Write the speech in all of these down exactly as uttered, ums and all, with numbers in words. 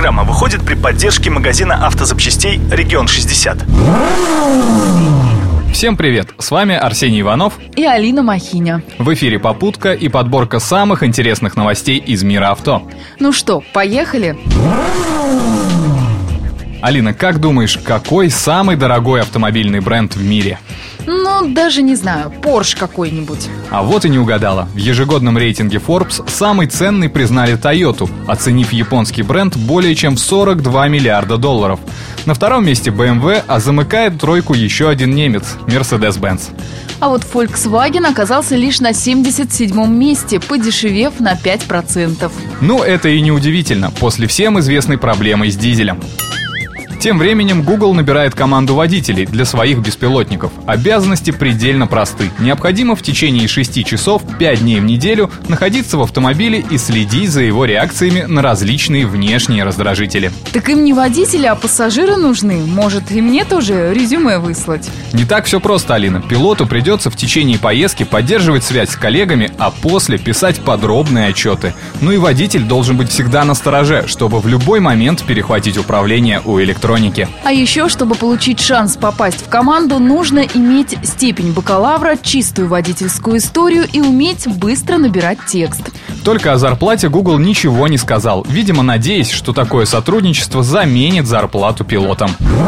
программа выходит при поддержке магазина автозапчастей «Регион шестьдесят». Всем привет! С вами Арсений Иванов и Алина Махиня. В эфире «Попутка» и подборка самых интересных новостей из мира авто. Ну что, поехали? Алина, как думаешь, какой самый дорогой автомобильный бренд в мире? Ну, даже не знаю, Porsche какой-нибудь. А вот и не угадала. В ежегодном рейтинге Forbes самый ценный признали Toyota, оценив японский бренд более чем в сорок два миллиарда долларов. На втором месте бэ эм вэ, а замыкает тройку еще один немец – Mercedes-Benz. А вот Volkswagen оказался лишь на семьдесят седьмом месте, подешевев на пять процентов. Ну, это и не удивительно, после всем известной проблемы с дизелем. Тем временем Google набирает команду водителей для своих беспилотников. Обязанности предельно просты. Необходимо в течение шести часов пять дней в неделю находиться в автомобиле и следить за его реакциями на различные внешние раздражители. Так им не водители, а пассажиры нужны. Может, и мне тоже резюме выслать? Не так все просто, Алина. Пилоту придется в течение поездки поддерживать связь с коллегами, а после писать подробные отчеты. Ну и водитель должен быть всегда настороже, чтобы в любой момент перехватить управление у электроники. А еще, чтобы получить шанс попасть в команду, нужно иметь степень бакалавра, чистую водительскую историю и уметь быстро набирать текст. Только о зарплате Google ничего не сказал, видимо, надеясь, что такое сотрудничество заменит зарплату пилотам.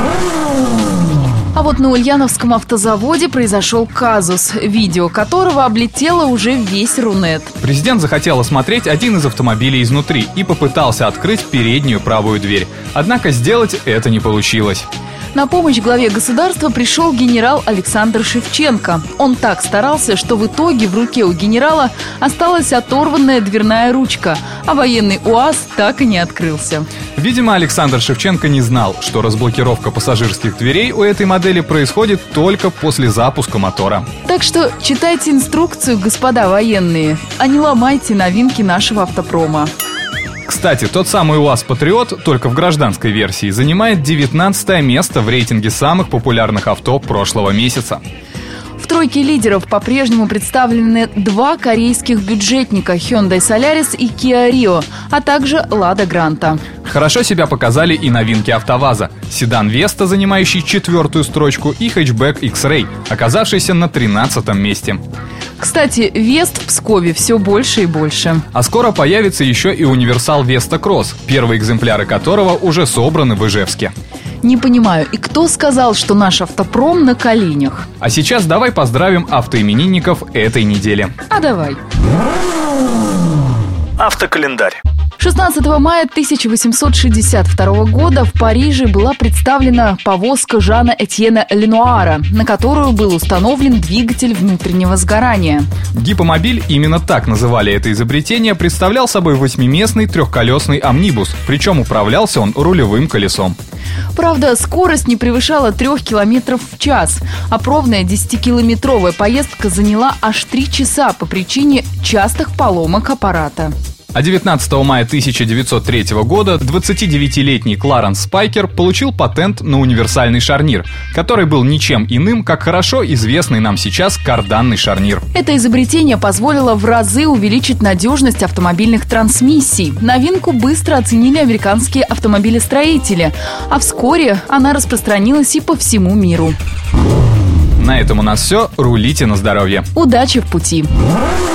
А вот на Ульяновском автозаводе произошел казус, видео которого облетело уже весь Рунет. Президент захотел осмотреть один из автомобилей изнутри и попытался открыть переднюю правую дверь. Однако сделать это не получилось. На помощь главе государства пришел генерал Александр Шевченко. Он так старался, что в итоге в руке у генерала осталась оторванная дверная ручка, а военный УАЗ так и не открылся. Видимо, Александр Шевченко не знал, что разблокировка пассажирских дверей у этой модели происходит только после запуска мотора. Так что читайте инструкцию, господа военные, а не ломайте новинки нашего автопрома. Кстати, тот самый УАЗ Патриот, только в гражданской версии, занимает девятнадцатое место в рейтинге самых популярных авто прошлого месяца. В тройке лидеров по-прежнему представлены два корейских бюджетника Hyundai Solaris и Kia Rio, а также Lada Granta. Хорошо себя показали и новинки АвтоВАЗа. Седан Веста, занимающий четвертую строчку, и хэтчбэк X-Ray, оказавшийся на тринадцатом месте. Кстати, Вест в Пскове все больше и больше. А скоро появится еще и универсал Веста Кросс, первые экземпляры которого уже собраны в Ижевске. Не понимаю, и кто сказал, что наш автопром на коленях? А сейчас давай поздравим автоименинников этой недели. А давай. Автокалендарь. шестнадцатого мая тысяча восемьсот шестьдесят второго года в Париже была представлена повозка Жана Этьена Ленуара, на которую был установлен двигатель внутреннего сгорания. Гипомобиль, именно так называли это изобретение, представлял собой восьмиместный трехколесный амнибус, причем управлялся он рулевым колесом. Правда, скорость не превышала трех километров в час, а пробная десятикилометровая поездка заняла аж три часа по причине частых поломок аппарата. А девятнадцатого мая тысяча девятьсот третьего года двадцатидевятилетний Кларенс Спайкер получил патент на универсальный шарнир, который был ничем иным, как хорошо известный нам сейчас карданный шарнир. Это изобретение позволило в разы увеличить надежность автомобильных трансмиссий. Новинку быстро оценили американские автомобилестроители, а вскоре она распространилась и по всему миру. На этом у нас все. Рулите на здоровье. Удачи в пути!